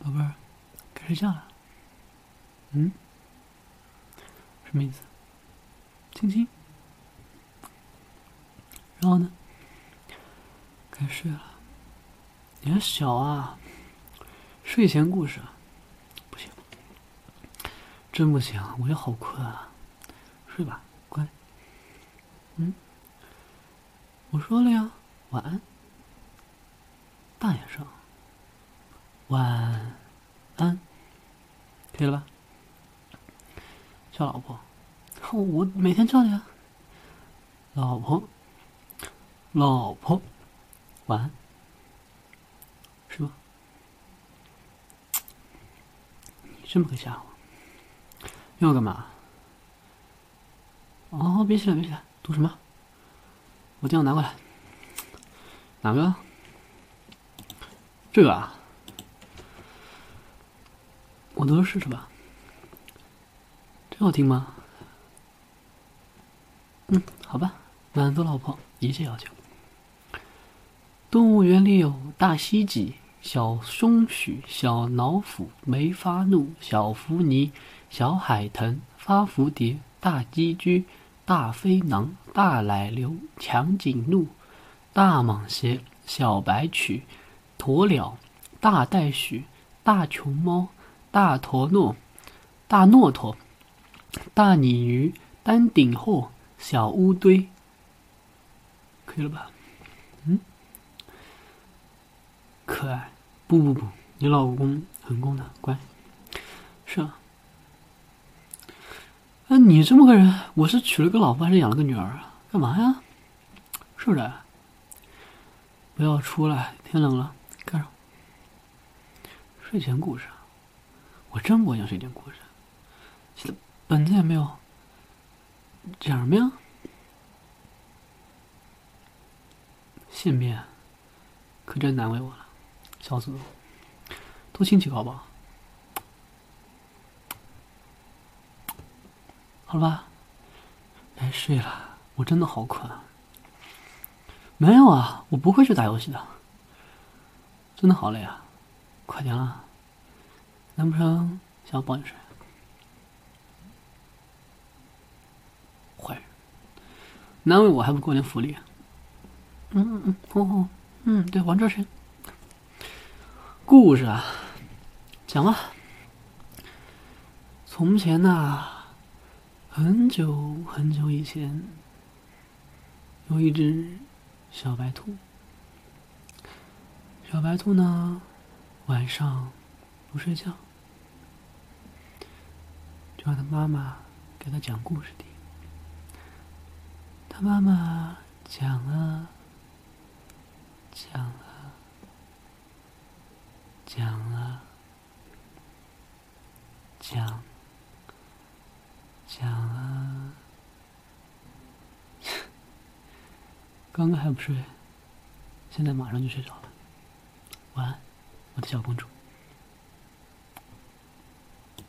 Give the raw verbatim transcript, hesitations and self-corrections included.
宝贝儿，该睡觉了。嗯，什么意思？亲亲。然后呢？该睡了。你还小啊，睡前故事不行，真不行，我也好困啊。睡吧，乖。嗯，我说了呀，晚安。大眼声。晚安，可以了吧？叫老婆，我每天叫你啊。老婆，老婆，晚安，是吗？你真不会吓我。要干嘛？哦，别起来，别起来，读什么？我电脑拿过来。哪个？这个啊？我读的是什么？真好听吗？嗯，好吧，满足老婆一切要求。动物园里有大溪脊、小松鼠、小老虎、没发怒、小福尼、小海豚、发蝴蝶、大寄居、大飞狼、大奶牛、长颈鹿、大蟒蛇、小白曲、鸵鸟、大袋鼠、大熊猫、大驼诺、大骆驼、大鲤鱼、丹顶鹤、小乌龟，可以了吧？嗯，可爱。不不不，你老公很公的，乖。是啊。那、啊、你这么个人，我是娶了个老婆还是养了个女儿啊？干嘛呀？是不是？不要出来，天冷了，盖上。睡前故事，我真不会讲睡前故事。现在本子也没有。讲什么呀？性变，可真难为我了，笑死我！多亲戚好不好？好了吧，该睡了，我真的好困。没有啊，我不会去打游戏的，真的好累啊！快点啦，难不成想要抱你睡？坏人，难为我还不给我点福利？嗯嗯嗯，哦哦，嗯，对，玩这些故事啊，讲吧。从前呐、啊，很久很久以前，有一只小白兔。小白兔呢，晚上不睡觉，就让它妈妈给它讲故事听。它妈妈讲了，讲了，讲了，讲，讲了。刚刚还不睡，现在马上就睡着了。晚安，我的小公主。